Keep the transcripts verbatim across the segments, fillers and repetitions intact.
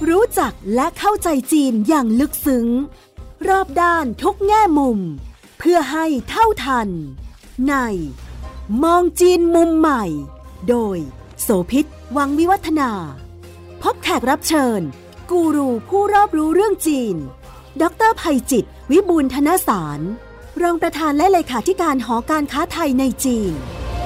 รู้จักและเข้าใจจีนอย่างลึกซึ้งรอบด้านทุกแง่มุมเพื่อให้เท่าทันในมองจีนมุมใหม่โดยโสภิต วังวิวัฒนาพบแขกรับเชิญกูรูผู้รอบรู้เรื่องจีนดร.ไพจิตร วิบูลย์ธนสารรองประธานและเลขาธิการหอการค้าไทยในจีน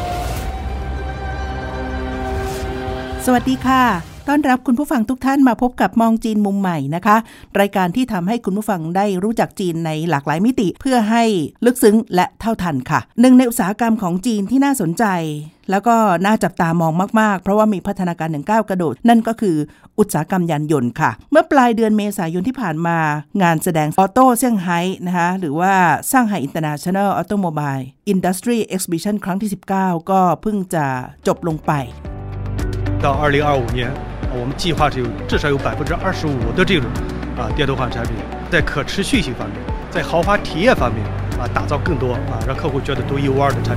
สวัสดีค่ะต้อนรับคุณผู้ฟังทุกท่านมาพบกับมองจีนมุมใหม่นะคะรายการที่ทำให้คุณผู้ฟังได้รู้จักจีนในหลากหลายมิติเพื่อให้ลึกซึ้งและเท่าทันค่ะหนึ่งในอุตสาหกรรมของจีนที่น่าสนใจแล้วก็น่าจับตามองมากๆเพราะว่ามีพัฒนาการอย่างก้าวกระโดดนั่นก็คืออุตสาหกรรมยานยนต์ค่ะเมื่อปลายเดือนเมษายนที่ผ่านมางานแสดงออโต้เซี่ยงไฮ้นะคะหรือว่าซ่างไฮ้ International Automobile Industry Exhibition ครั้งที่สิบเก้าก็เพิ่งจะจบลงไป到二零二五年我们计划是有至少有 百分之二十五 的这种啊电动化产品在可持续性方面在豪华体验方面啊打造更多啊让客户觉得独一无二的产品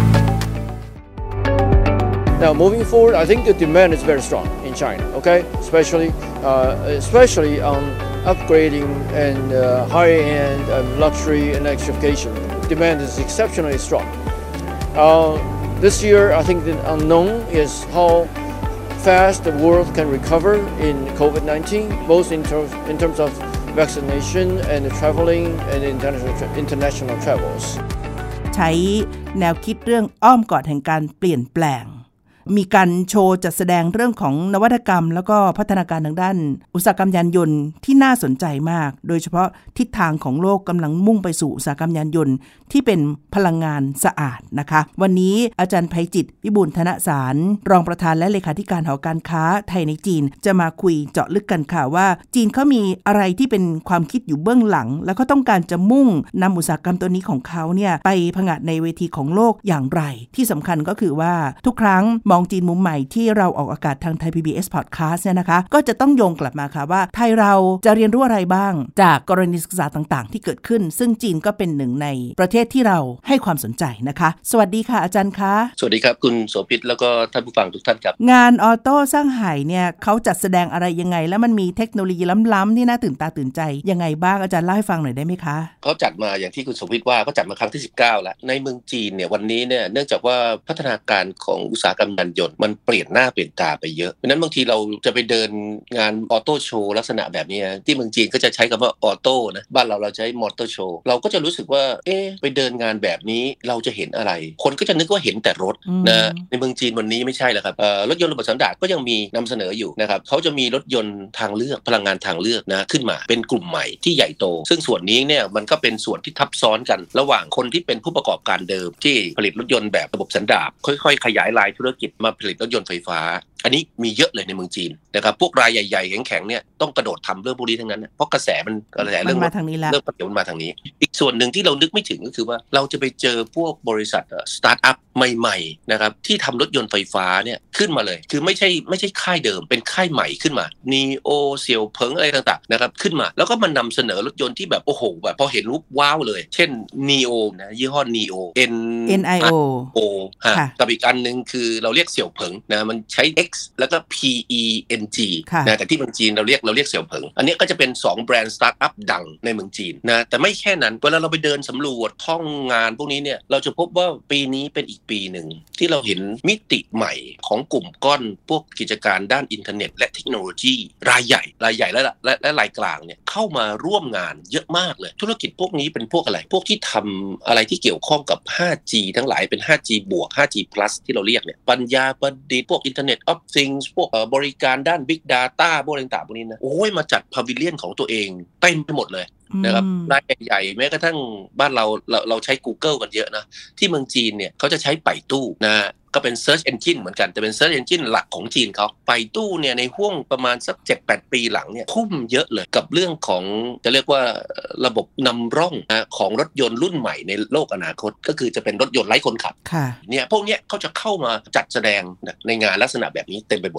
Now moving forward I think the demand is very strong in China okay especially uh, especially on upgrading and uh, high-end um, luxury and electrification demand is exceptionally strong uh, this year I think the unknown is how fast the world can recover in COVID nineteen, both in terms in terms of vaccination and traveling and international international travels. ใช้แนวคิดเรื่องอ้อมกอดแห่งการเปลี่ยนแปลงมีการโชว์จัดแสดงเรื่องของนวัตกรรมแล้วก็พัฒนาการทางด้านอุตสาหกรรมยานยนต์ที่น่าสนใจมากโดยเฉพาะทิศทางของโลกกำลังมุ่งไปสู่อุตสาหกรรมยานยนต์ที่เป็นพลังงานสะอาดนะคะวันนี้อาจารย์ไพจิตร วิบูลย์ธนสารรองประธานและเลขาธิการหอการค้าไทยในจีนจะมาคุยเจาะลึกกันค่ะว่าจีนเขามีอะไรที่เป็นความคิดอยู่เบื้องหลังแล้วก็ต้องการจะมุ่งนำอุตสาหกรรมตัวนี้ของเขาเนี่ยไปผงาดในเวทีของโลกอย่างไรที่สำคัญก็คือว่าทุกครั้งมองจีนมุมใหม่ที่เราออกอากาศทางไทย พี บี เอส Podcast เนี่ยนะคะก็จะต้องโยงกลับมาค่ะว่าไทยเราจะเรียนรู้อะไรบ้างจากกรณีศึกษาต่างๆที่เกิดขึ้นซึ่งจีนก็เป็นหนึ่งในประเทศที่เราให้ความสนใจนะคะสวัสดีค่ะอาจารย์คะสวัสดีครับคุณโสภิตแล้วก็ท่านผู้ฟังทุกท่านครับงานออโต้ซ่างไห่เนี่ยเขาจัดแสดงอะไรยังไงแล้วมันมีเทคโนโลยีล้ำๆที่น่าตื่นตาตื่นใจยังไงบ้างอาจารย์เล่าให้ฟังหน่อยได้ไหมคะเขาจัดมาอย่างที่คุณโสภิตว่าเขาจัดมาครั้งที่สิบเก้าแล้วในเมืองจีนเนี่ยวันนี้เนี่ยเนื่องจากว่าพัฒนาการของอุตสาหกรรมยานยนต์มันเปลี่ยนหน้าเปลี่ยนตาไปเยอะเพราะนั้นบางทีเราจะไปเดินงานออโต้โชว์ลักษณะแบบนี้ที่เมืองจีนก็จะใช้คำว่าออโต้นะบ้านเราเราใช้มอเตอร์โชว์เราก็จะรู้สึกว่าเอ๊ะไปเดินงานแบบนี้เราจะเห็นอะไรคนก็จะนึกว่าเห็นแต่รถนะในเมืองจีนวันนี้ไม่ใช่แล้วครับรถยนต์ระบบสันดาปก็ยังมีนำเสนออยู่นะครับเขาจะมีรถยนต์ทางเลือกพลังงานทางเลือกนะขึ้นมาเป็นกลุ่มใหม่ที่ใหญ่โตซึ่งส่วนนี้เนี่ยมันก็เป็นส่วนที่ทับซ้อนกันระหว่างคนที่เป็นผู้ประกอบการเดิมที่ผลิตรถยนต์แบบระบบสันดาปค่อยๆขยายรายธุรกิจมาผลิตรถยนต์ไฟฟ้าอันนี้มีเยอะเลยในเมืองจีนนะครับพวกรายใหญ่ๆแข็งๆเนี่ยต้องกระโดดทำเรื่องพวกนี้ทั้งนั้นเพราะกระแสมันกระแสเรื่องมาทางนี้แล้วเรื่องปฏิวัติมาทางนี้อีกส่วนหนึ่งที่เรานึกไม่ถึงก็คือว่าเราจะไปเจอพวกบริษัทสตาร์ทอัพใหม่ๆนะครับที่ทำรถยนต์ไฟฟ้าเนี่ยขึ้นมาเลยคือไม่ใช่ไม่ใช่ค่ายเดิมเป็นค่ายใหม่ขึ้นมา Neo เสี่ยวเผิงอะไรต่างๆนะครับขึ้นมาแล้วก็มันนำเสนอรถยนต์ที่แบบโอ้โหแบบพอเห็นรูปว้าวเลยเช่น Neo นะยี่ห้อ Neo N N I O ฮะกับอีกอันนึงคือเราเรียกเสี่ยวเผิงนะมันใช้ X แล้วก็ P E N G นะแต่ที่เมืองจีนเราเรียกเราเรียกเสี่ยวเผิงอันนี้ก็จะเป็นสองแบรนด์สตาร์ทอัพดังในเมืองจีนนะแต่ไม่แค่นั้นเวลาเราไปเดินสำรวจท่องงานพวกนี้เนี่ยเราจะพบว่าปีนี้เป็นอีกปีหนึ่งที่เราเห็นมิติใหม่ของกลุ่มก้อนพวกกิจการด้านอินเทอร์เน็ตและเทคโนโลยีรายใหญ่รายใหญ่และและและรายกลางเนี่ยเข้ามาร่วมงานเยอะมากเลยธุรกิจพวกนี้เป็นพวกอะไรพวกที่ทำอะไรที่เกี่ยวข้องกับ ห้าจี ทั้งหลายเป็น ห้าจี บวก ห้าจี plus ที่เราเรียกเนี่ยปัญญาประดิษฐ์พวก Internet of Things พวกบริการด้าน Big Data พวกต่างๆพวกนี้นะโอ้ยมาจัดพาวิเลียนของตัวเองเต็มไปหมดเลยนะครับรายใหญ่ๆแม้กระทั่งบ้านเราเราเราใช้ Google กันเยอะนะที่เมืองจีนเนี่ยเขาจะใช้ไปตู้นะก็เป็น Search Engine เหมือนกันแต่เป็น Search Engine หลักของจีนเขาไปตู้เนี่ยในห่วงประมาณสัก เจ็ดแปด ปีหลังเนี่ยทุ่มเยอะเลยกับเรื่องของจะเรียกว่าระบบนำร่องนะของรถยนต์รุ่นใหม่ในโลกอนาคตก็คือจะเป็นรถยนต์ไร้คนขับเนี่ยพวกเนี้ยเขาจะเข้ามาจัดแสดงในงานลักษณะแบบนี้เต็มไปหมดเลย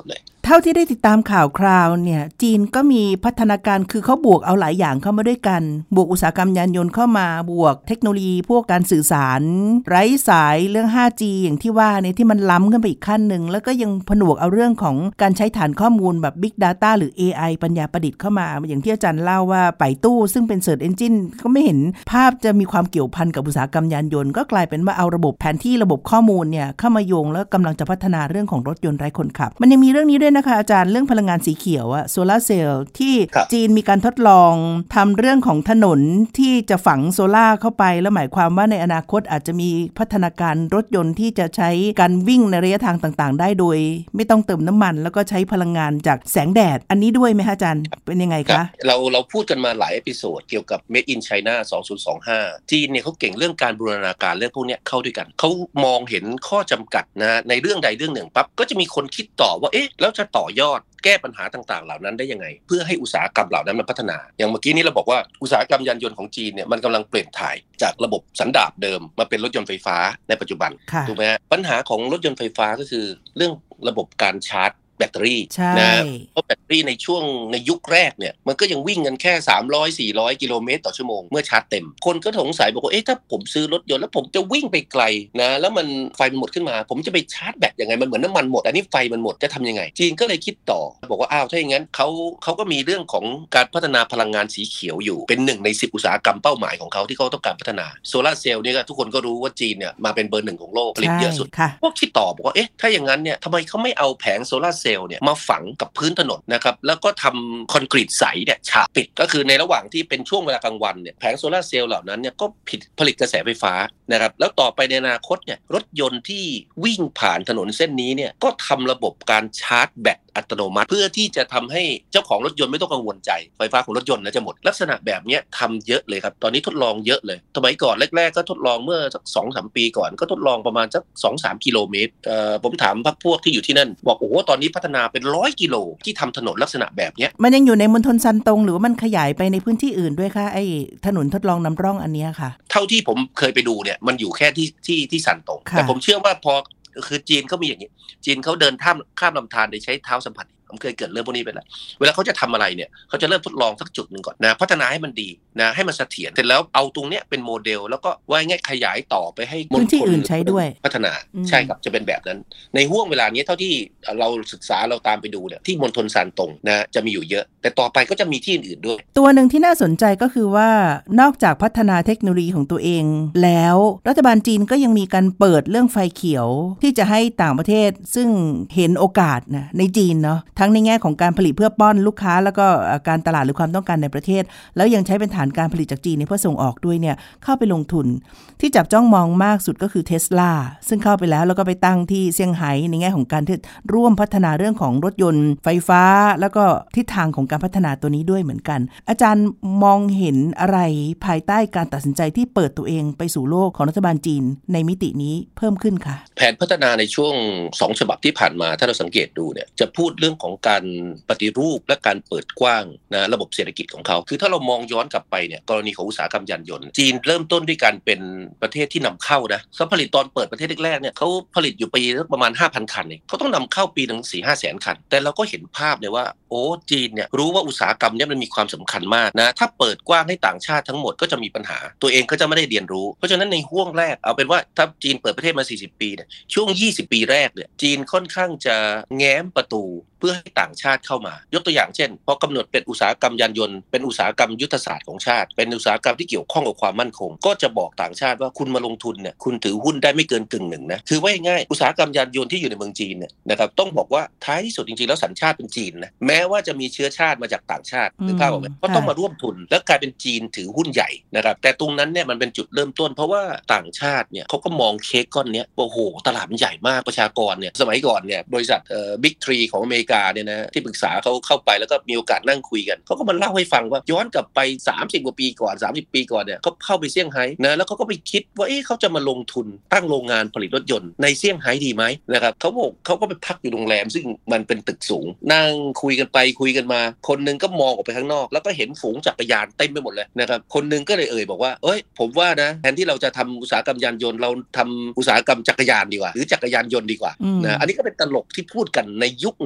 เท่าที่ได้ติดตามข่าวคราวเนี่ยจีนก็มีพัฒนาการคือเขาบวกเอาหลายอย่างเข้ามาด้วยกันบวกอุตสาหกรรมยานยนต์เข้ามาบวกเทคโนโลยีพวกการสื่อสารไร้สายเรื่อง ไฟว์จี อย่างที่ว่าเนี่ยที่มันล้ำขึ้นไปอีกขั้นนึงแล้วก็ยังผนวกเอาเรื่องของการใช้ฐานข้อมูลแบบ Big Data หรือ เอ ไอ ปัญญาประดิษฐ์เข้ามาอย่างที่อาจารย์เล่าว่าไปตู้ซึ่งเป็น Search Engine ก็ไม่เห็นภาพจะมีความเกี่ยวพันกับอุตสาหกรรมยานยนต์ก็กลายเป็นว่าเอาระบบแผนที่ระบบข้อมูลเนี่ยเข้ามาโยงแล้วกำลังจะพัฒนาเรื่องของรถยนต์ไร้คนขับมันยังมีเรื่องนี้ด้วยนะคะอาจารย์เรื่องพลังงานสีเขียวอะโซลาร์เซลล์ที่จีนมีการทดลองทำเรื่องของถนนที่จะฝังโซล่าเข้าไปแล้วหมายความว่าในอนาคตอาจจะมีพัฒนาการรถยนต์ที่จะใช้การวิ่งในระยะทางต่างๆได้โดยไม่ต้องเติมน้ำมันแล้วก็ใช้พลังงานจากแสงแดดอันนี้ด้วยไหมคะอาจารย์เป็นยังไงคะเราเราพูดกันมาหลายเอพิโซดเกี่ยวกับ Made in China สองพันยี่สิบห้าจีนเนี่ยเขาเก่งเรื่องการบูรณาการเรื่องพวกนี้เข้าด้วยกันเขามองเห็นข้อจำกัดนะในเรื่องใดเรื่องหนึ่งปั๊บก็จะมีคนคิดต่อว่าเอ๊ะแล้วจะต่อยอดแก้ปัญหาต่างๆเหล่านั้นได้ยังไงเพื่อให้อุตสาหกรรมเหล่านั้นมันพัฒนาอย่างเมื่อกี้นี้เราบอกว่าอุตสาหกรรมยานยนต์ของจีนเนี่ยมันกำลังเปลี่ยนถ่ายจากระบบสันดาปเดิมมาเป็นรถยนต์ไฟฟ้าในปัจจุบันถูกไหมฮะปัญหาของรถยนต์ไฟฟ้าก็คือเรื่องระบบการชาร์จแบตเตอรี่นะเพราะแบตเตอรี่ในช่วงในยุคแรกเนี่ยมันก็ยังวิ่งกันแค่สามร้อย สี่ร้อยกิโลเมตรต่อชั่วโมงเมื่อชาร์จเต็มคนก็สงสัยบอกว่าเอ๊ะถ้าผมซื้อรถยนต์แล้วผมจะวิ่งไปไกลนะแล้วมันไฟมันหมดขึ้นมาผมจะไปชาร์จแบตยังไงมันเหมือนน้ำมันหมดอันนี้ไฟมันหมดจะทำยังไงจีนก็เลยคิดต่อบอกว่าอ้าวถ้าอย่างนั้นเขาเขาก็มีเรื่องของการพัฒนาพลังงานสีเขียวอยู่เป็นหนึ่งในสิบอุตสาหกรรมเป้าหมายของเขาที่เขาต้องการพัฒนาโซลาร์เซลล์นี่ก็ทุกคนก็รู้ว่าจีนเนี่ยมาเป็นเบอร์หนึ่งของโลกผลิตเยอะสุดพวกคิดต่อบอกว่าเอ๊ะถ้าอย่างนั้นเนี่ยทำไมเขาไม่เอาแผงโซลาร์เซลล์เนี่ยมาฝังกับพื้นถนนนะครับแล้วก็ทำคอนกรีตใสเนี่ยฉาบปิดก็คือในระหว่างที่เป็นช่วงเวลากลางวันเนี่ยแผงโซลาร์เซลล์เหล่านั้นเนี่ยก็ผลิตกระแสไฟฟ้านะครับแล้วต่อไปในอนาคตเนี่ยรถยนต์ที่วิ่งผ่านถนนเส้นนี้เนี่ยก็ทำระบบการชาร์จแบตอัตโนมัติเพื่อที่จะทำให้เจ้าของรถยนต์ไม่ต้องกังวลใจไฟฟ้าของรถยนต์นะจะหมดลักษณะแบบนี้ทำเยอะเลยครับตอนนี้ทดลองเยอะเลยสมัยก่อนแรกๆก็ทดลองเมื่อสัก สองถึงสาม ปีก่อนก็ทดลองประมาณสัก สองถึงสาม กิโลเมตรเอ่อผมถามพรรคพวกที่อยู่ที่นั่นบอกโอ้โหตอนนี้พัฒนาเป็นร้อยกิโลที่ทำถนนลักษณะแบบนี้มันยังอยู่ในมณฑลซันตงหรือว่ามันขยายไปในพื้นที่อื่นด้วยคะไอ้ถนนทดลองนำร่องอันนี้ค่ะเท่าที่ผมเคยไปดูเนี่ยมันอยู่แค่ที่ที่ที่ซันตงแต่ผมเชื่อว่าพอคือจีนเขามีอย่างนี้จีนเขาเดินข้ามข้ามลำธารโดยใช้เท้าสัมผัสผมเคยเกิดเรื่องพวกนี้ไปแล้วเวลาเขาจะทำอะไรเนี่ยเขาจะเริ่มทดลองสักจุดหนึ่งก่อนนะพัฒนาให้มันดีนะให้มันเสถียรเสร็จแล้วเอาตรงเนี้ยเป็นโมเดลแล้วก็ว่าง่ายขยายต่อไปให้พื้นที่อื่นใช้ด้วยพัฒนาใช่ครับจะเป็นแบบนั้นในห่วงเวลานี้เท่าที่เราศึกษาเราตามไปดูเนี่ยที่มณฑลซานตงนะจะมีอยู่เยอะแต่ต่อไปก็จะมีที่อื่นๆด้วยตัวหนึ่งที่น่าสนใจก็คือว่านอกจากพัฒนาเทคโนโลยีของตัวเองแล้วรัฐบาลจีนก็ยังมีการเปิดเรื่องไฟเขียวที่จะให้ต่างประเทศซึ่งเห็นโอกาสนะในจีนเนาะทั้งในแง่ของการผลิตเพื่อป้อนลูกค้าแล้วก็การตลาดหรือความต้องการในประเทศแล้วยังใช้เป็นฐานการผลิตจากจีนเพื่อส่งออกด้วยเนี่ยเข้าไปลงทุนที่จับจ้องมองมากสุดก็คือ Tesla ซึ่งเข้าไปแล้วแล้วก็ไปตั้งที่เซี่ยงไฮ้ในแง่ของการที่ร่วมพัฒนาเรื่องของรถยนต์ไฟฟ้าแล้วก็ทิศทางของการพัฒนาตัวนี้ด้วยเหมือนกันอาจารย์มองเห็นอะไรภายใต้การตัดสินใจที่เปิดตัวเองไปสู่โลกของรัฐบาลจีนในมิตินี้เพิ่มขึ้นค่ะแผนพัฒนาในช่วงสองฉบับที่ผ่านมาถ้าเราสังเกตดูเนี่ยจะพูดเรื่องของการปฏิรูปและการเปิดกว้างนะระบบเศรษฐกิจของเขาคือถ้าเรามองย้อนกลับไปเนี่ยกรณีของอุตสาหกรรมยานยนต์จีนเริ่มต้นด้วยการเป็นประเทศที่นำเข้านะเขาผลิตตอนเปิดประเทศแรกๆเนี่ยเขาผลิตอยู่ปีประมาณ ห้าพัน คันเองเขาต้องนำเข้าปีนึง สี่ถึงห้า แสนคันแต่เราก็เห็นภาพเลยว่าโอ้จีนเนี่ยรู้ว่าอุตสาหกรรมเนี่ยมันมีความสำคัญมากนะถ้าเปิดกว้างให้ต่างชาติทั้งหมดก็จะมีปัญหาตัวเองก็จะไม่ได้เรียนรู้เพราะฉะนั้นในห่วงแรกเอาเป็นว่าถ้าจีนเปิดประเทศมาสี่สิบปีเนี่ยช่วงยี่สิบปีแรกเนี่ยจีนค่อนข้างจะแง้มประตูเพื่อให้ต่างชาติเข้ามายกตัวอย่างเช่นพอกำหนดเป็นอุตสาหกรรมยานยนต์เป็นอุตสาหกรรมยุทธศาสตร์ของชาติเป็นอุตสาหกรรมที่เกี่ยวข้องกับความมั่นคงก็จะบอกต่างชาติว่าคุณมาลงทุนเนี่ยคุณถือหุ้นได้ไม่เกินกึ่งหนึ่งนะคือว่าง่ายอุตสาหกรรมยานยนต์ที่อยู่ในเมืองจีนเนี่ยนะครับต้องบอกว่าท้ายที่สุดจริงๆแล้วสัญชาติเป็นจีนนะแม้ว่าจะมีเชื้อชาติมาจากต่างชาติหรือภาพออกไหมก็ต้องมาร่วมทุนแล้วกลายเป็นจีนถือหุ้นใหญ่นะครับแต่ตรงนั้นเนี่ยมันเป็นจุดเริ่มต้นเพราะว่าต่างชาติเนี่ยเขาก็มองเค้กก้อนนี้โอ้โหตลาดมันใหญ่มากประชากรเนี่ยสมัยก่อนเนี่ยบริษัทเอ่อบิ๊กทรีของอเมริกาเนี่ยนะที่ปรึกษาเขาเข้าไปแล้วก็มีโอกาสนั่งคุยกันเขาก็มาเล่าให้ฟังว่าย้อนกลับไปสามสิบกว่าปีก่อนสามสิบปีก่อนเนี่ยเขาเข้าไปเซี่ยงไฮ้นะแล้วเขาก็ไปคิดว่าเอ๊ะเขาจะมาลงทุนตั้งโรงงานผลิตรถยนต์ในเซี่ยงไฮ้ดีไหมนะครับเขาบอกเขาก็ไปพักอยู่โรงแรมซึ่งมันเป็นตึกสูงนั่งคุยกันไปคุยกันมาคนนึงก็มองออกไปข้างนอกแล้วก็เห็นฝูงจักรยานเต็มไปหมดเลยนะครับคนนึงก็เลยเอ่ยบอกว่าเอ้ยผมว่านะแทนที่เราจะทำอุตสาหกรรมยานยนต์เราทำอุตสาหกรรมจักรยานดีกว่าหรือจักรยานยนต์ดีกว่านะอันนี้ก็เป็นตลกที่พูดกันในยุคนั้นสามสิบ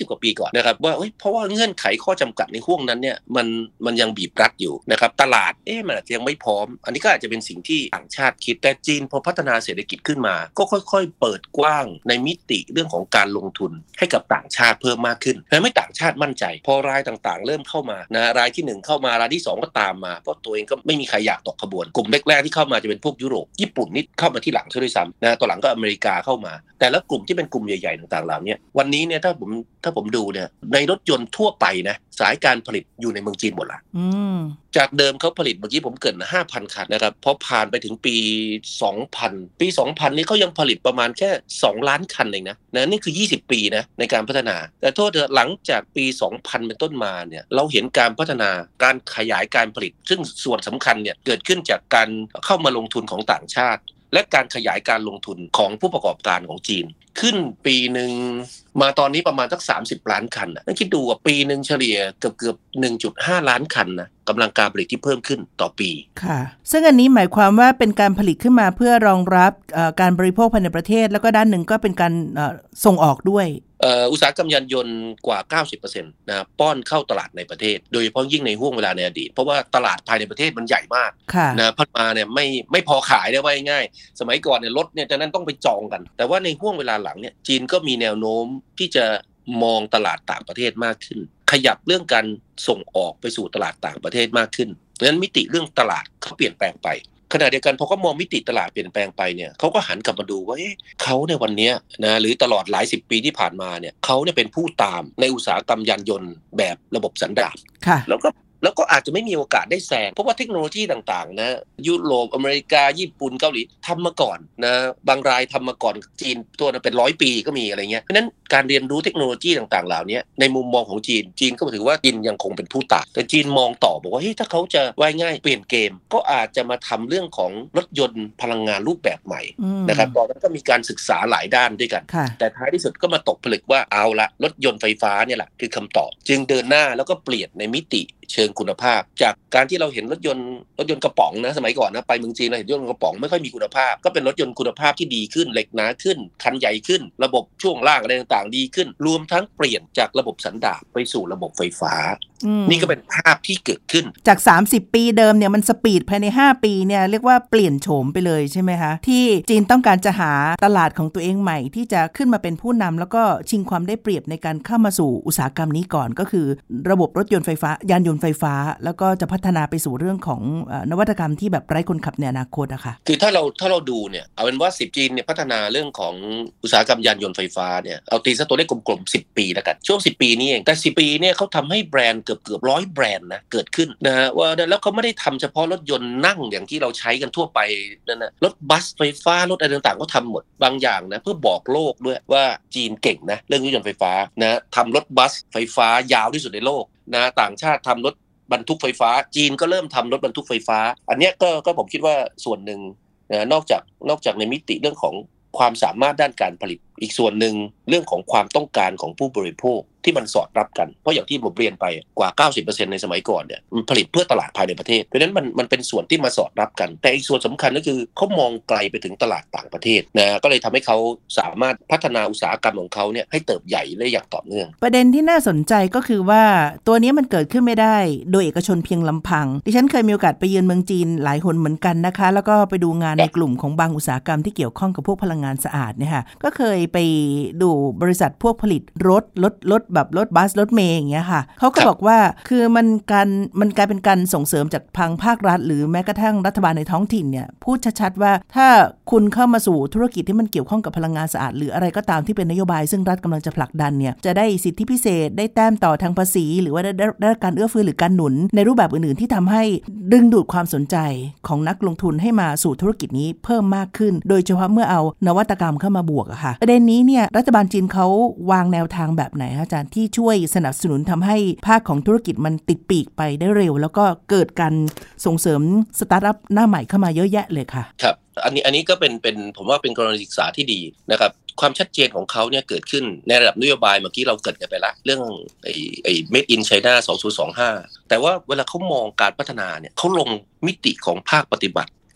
กว่าปีก่อนนะครับว่าเอ้ยเพราะว่าเงื่อนไขข้อจำกัดในห่วงนั้นเนี่ยมันมันยังบีบรัดอยู่นะครับตลาดเอ๊ะมันอาจจะยังไม่พร้อมอันนี้ก็อาจจะเป็นสิ่งที่ต่างชาติคิดแต่จีนพอพัฒนาเศรษฐกิจขึ้นมาก็ค่อยๆเปิดกว้างในมิติเรื่องของการลงทุนให้กับต่างชาติเพิ่มมากขึ้นและไม่ต่างชาติมั่นใจพอรายต่างๆเริ่มเข้ามานะรายที่หนึ่งเข้ามารายที่สองก็ตามมาเพราะตัวเองก็ไม่มีใครอยากตกขบวนกลุ่มแรกๆที่เข้ามาจะเป็นพวกยุโรปญี่ปุ่นนี่เข้ามาที่หลังซะด้วยซ้ำนะต่อหลังก็อเมริกาเข้ามาแต่ละกลุ่มที่เป็นกลุ่มใหญ่ๆต่างๆเหล่านี้วันนี้เนี่ยถ้าผมถ้าผมดูเนี่ยในรถยนต์ทั่วไปนะสายการผลิตอยู่ในเมืองจีนหมดละจากเดิมเขาผลิตเมื่อกี้ผมเกริ่น ห้าพัน คันนะครับพอผ่านไปถึงปีสองพันปีสองพันนี่เขายังผลิตประมาณแค่สองล้านคันเองนะนะนี่คือยี่สิบปีนะในการพัฒนาแต่โทษเถอะหลังจากปีสองพันเป็นต้นมาเนี่ยเราเห็นการพัฒนาการขยายการผลิตซึ่งส่วนสำคัญเนี่ยเกิดขึ้นจากการเข้ามาลงทุนของต่างชาติและการขยายการลงทุนของผู้ประกอบการของจีนขึ้นปีหนึ่งมาตอนนี้ประมาณสักสามสิบล้านคันนะคิดดูว่าปีหนึ่งเฉลี่ยเกือบๆ หนึ่งจุดห้า ล้านคันนะกำลังการผลิตที่เพิ่มขึ้นต่อปีค่ะซึ่งอันนี้หมายความว่าเป็นการผลิตขึ้นมาเพื่อรองรับการบริโภคภายในประเทศแล้วก็ด้านหนึ่งก็เป็นการส่งออกด้วยอุตสาหกรรมยานยนต์กว่า เก้าสิบเปอร์เซ็นต์ นะป้อนเข้าตลาดในประเทศโดยเฉพาะยิ่งในห่วงเวลาในอดีตเพราะว่าตลาดภายในประเทศมันใหญ่มากนะพัฒนาเนี่ยไม่ไม่พอขายได้ว่าง่ายสมัยก่อนเนี่ยรถเนี่ยจะนั้นต้องไปจองกันแต่ว่าในห่วงเวลาหลังเนี่ยจีนก็มีแนวโน้มที่จะมองตลาดต่างประเทศมากขึ้นขยับเรื่องการส่งออกไปสู่ตลาดต่างประเทศมากขึ้นเพราะฉะนั้นมิติเรื่องตลาดเขาเปลี่ยนแปลงไปขณะเดียวกันพอเขามองมิติตลาดเปลี่ยนแปลงไปเนี่ยเขาก็หันกลับมาดูว่าเขาในวันนี้นะหรือตลอดหลายสิบปีที่ผ่านมาเนี่ยเขาเนี่ยเป็นผู้ตามในอุตสาหกรรมยานยนต์แบบระบบสันดาปแล้วก็แล้วก็อาจจะไม่มีโอกาสได้แซงเพราะว่าเทคโนโลยีต่างๆนะยุโรปอเมริกาญี่ปุ่นเกาหลีทำมาก่อนนะบางรายทำมาก่อนจีนตัวนั้นเป็นร้อยปีก็มีอะไรเงี้ยเพราะฉะนั้นการเรียนรู้เทคโนโลยีต่างๆเหล่านี้ในมุมมองของจีนจีนก็ถือว่าจีนยังคงเป็นผู้ตามแต่จีนมองต่อบอกว่าเฮ้ยถ้าเขาจะว่ายง่ายเปลี่ยนเกมก็อาจจะมาทำเรื่องของรถยนต์พลังงานรูปแบบใหม่นะครับตอนนั้นก็มีการศึกษาหลายด้านด้วยกันแต่ท้ายที่สุดก็มาตกผลึกว่าเอาละรถยนต์ไฟฟ้าเนี่ยแหละคือคำตอบจึงเดินหน้าแล้วก็เปลี่ยนในมิติเชิงคุณภาพจากการที่เราเห็นรถยนต์รถยนต์กระป๋องนะสมัยก่อนนะไปเมืองจีนเราเห็นรถยนต์กระป๋องไม่ค่อยมีคุณภาพก็เป็นรถยนต์คุณภาพที่ดีขึ้นเหล็กหนาขึ้นคันใหญ่ขึ้นระบบช่วงล่างอะไรต่างๆดีขึ้นรวมทั้งเปลี่ยนจากระบบสันดาปไปสู่ระบบไฟฟ้านี่ก็เป็นภาพที่เกิดขึ้นจากสามสิบปีเดิมเนี่ยมันสปีดภายในห้าปีเนี่ยเรียกว่าเปลี่ยนโฉมไปเลยใช่ไหมคะที่จีนต้องการจะหาตลาดของตัวเองใหม่ที่จะขึ้นมาเป็นผู้นำแล้วก็ชิงความได้เปรียบในการเข้ามาสู่อุตสาหกรรมนี้ก่อนก็คือระบบรถยนต์ไฟฟ้ายานยนต์ไฟฟ้าแล้วก็จะพัฒนาไปสู่เรื่องของนวัตกรรมที่แบบไร้คนขับในอนาคตอะค่ะคือถ้าเราถ้าเราดูเนี่ยเอาเป็นว่าสิบจีนเนี่ยพัฒนาเรื่องของอุตสาหกรรมยานยนต์ไฟฟ้าเนี่ยเอาตีซะตัวเลขกลมๆสิบปีแล้วกันช่วงสิบปีนี้เองแต่สิบปีเนี่ยเขาทำให้แบรนด์เกือบเกือบร้อยแบรนด์นะเกิดขึ้นนะฮะว่าแล้วเขาไม่ได้ทำเฉพาะรถยนต์นั่งอย่างที่เราใช้กันทั่วไปนั่นนะรถบัสไฟฟ้ารถอะไรต่างๆก็ทำหมดบางอย่างนะเพื่อบอกโลกด้วยว่าจีนเก่งนะเรื่องรถยนต์ไฟฟ้านะทำรถบัสไฟฟ้ายาวที่สุดในโลกนะต่างชาติทำรถบรรทุกไฟฟ้าจีนก็เริ่มทำรถบรรทุกไฟฟ้าอันนี้ก็ก็ผมคิดว่าส่วนหนึ่งนะนอกจากนอกจากในมิติเรื่องของความสามารถด้านการผลิตอีกส่วนหนึ่งเรื่องของความต้องการของผู้บริโภคที่มันสอดรับกันเพราะอย่างที่ผมเรียนไปกว่า เก้าสิบเปอร์เซ็นต์ ในสมัยก่อนเนี่ยมันผลิตเพื่อตลาดภายในประเทศเพราะฉะนั้นมันมันเป็นส่วนที่มาสอดรับกันแต่อีกส่วนสำคัญก็คือเขามองไกลไปถึงตลาดต่างประเทศนะก็เลยทำให้เขาสามารถพัฒนาอุตสาหกรรมของเขาเนี่ยให้เติบใหญ่ได้อย่างต่อเนื่องประเด็นที่น่าสนใจก็คือว่าตัวนี้มันเกิดขึ้นไม่ได้โดยเอกชนเพียงลำพังดิฉันเคยมีโอกาสไปเยือนเมืองจีนหลายหนเหมือนกันนะคะแล้วก็ไปดูงานในกลุ่มของบางอุตสาหกรรมที่เกี่ยวข้องกับพวกพลังงานสะอาดเนี่ยค่ะก็เคยไปดูบริษัทพวกผลิตรถรถรถแบบรถบัสรถเมย์อย่างเงี้ยค่ะเขาก็บอกว่าคือมันการมันกลายเป็นการส่งเสริมจากทางภาครัฐหรือแม้กระทั่งรัฐบาลในท้องถิ่นเนี่ยพูดชัดๆว่าถ้าคุณเข้ามาสู่ธุรกิจที่มันเกี่ยวข้องกับพลังงานสะอาดหรืออะไรก็ตามที่เป็นนโยบายซึ่งรัฐกำลังจะผลักดันเนี่ยจะได้สิทธิพิเศษได้แต้มต่อทางภาษีหรือว่าได้ได้การเอื้อเฟื้อหรือการหนุนในรูปแบบอื่นๆที่ทำให้ดึงดูดความสนใจของนักลงทุนให้มาสู่ธุรกิจนี้เพิ่มมากขึ้นโดยเฉพาะเมื่อเอานวัตกรรมเข้ามาบวกอะค่ะประเด็นนี้เนี่ยรัฐบาลจีนเขาวางแนวทางแบบไหนอาจารย์ที่ช่วยสนับสนุนทำให้ภาคของธุรกิจมันติดปีกไปได้เร็วแล้วก็เกิดการส่งเสริมสตาร์ทอัพหน้าใหม่เข้ามาเยอะแยะเลยค่ะครับอันนี้อันนี้ก็เป็นเป็นผมว่าเป็นกรณีศึกษาที่ดีนะครับความชัดเจนของเขาเนี่ยเกิดขึ้นในระดับนโยบายเมื่อกี้เราเกิดกันไปละเรื่องไอ้ไอ้ Made in China สองพันยี่สิบห้าแต่ว่าเวลาเขามองการพัฒนาเนี่ยเขาลงมิติของภาคปฏิบัติ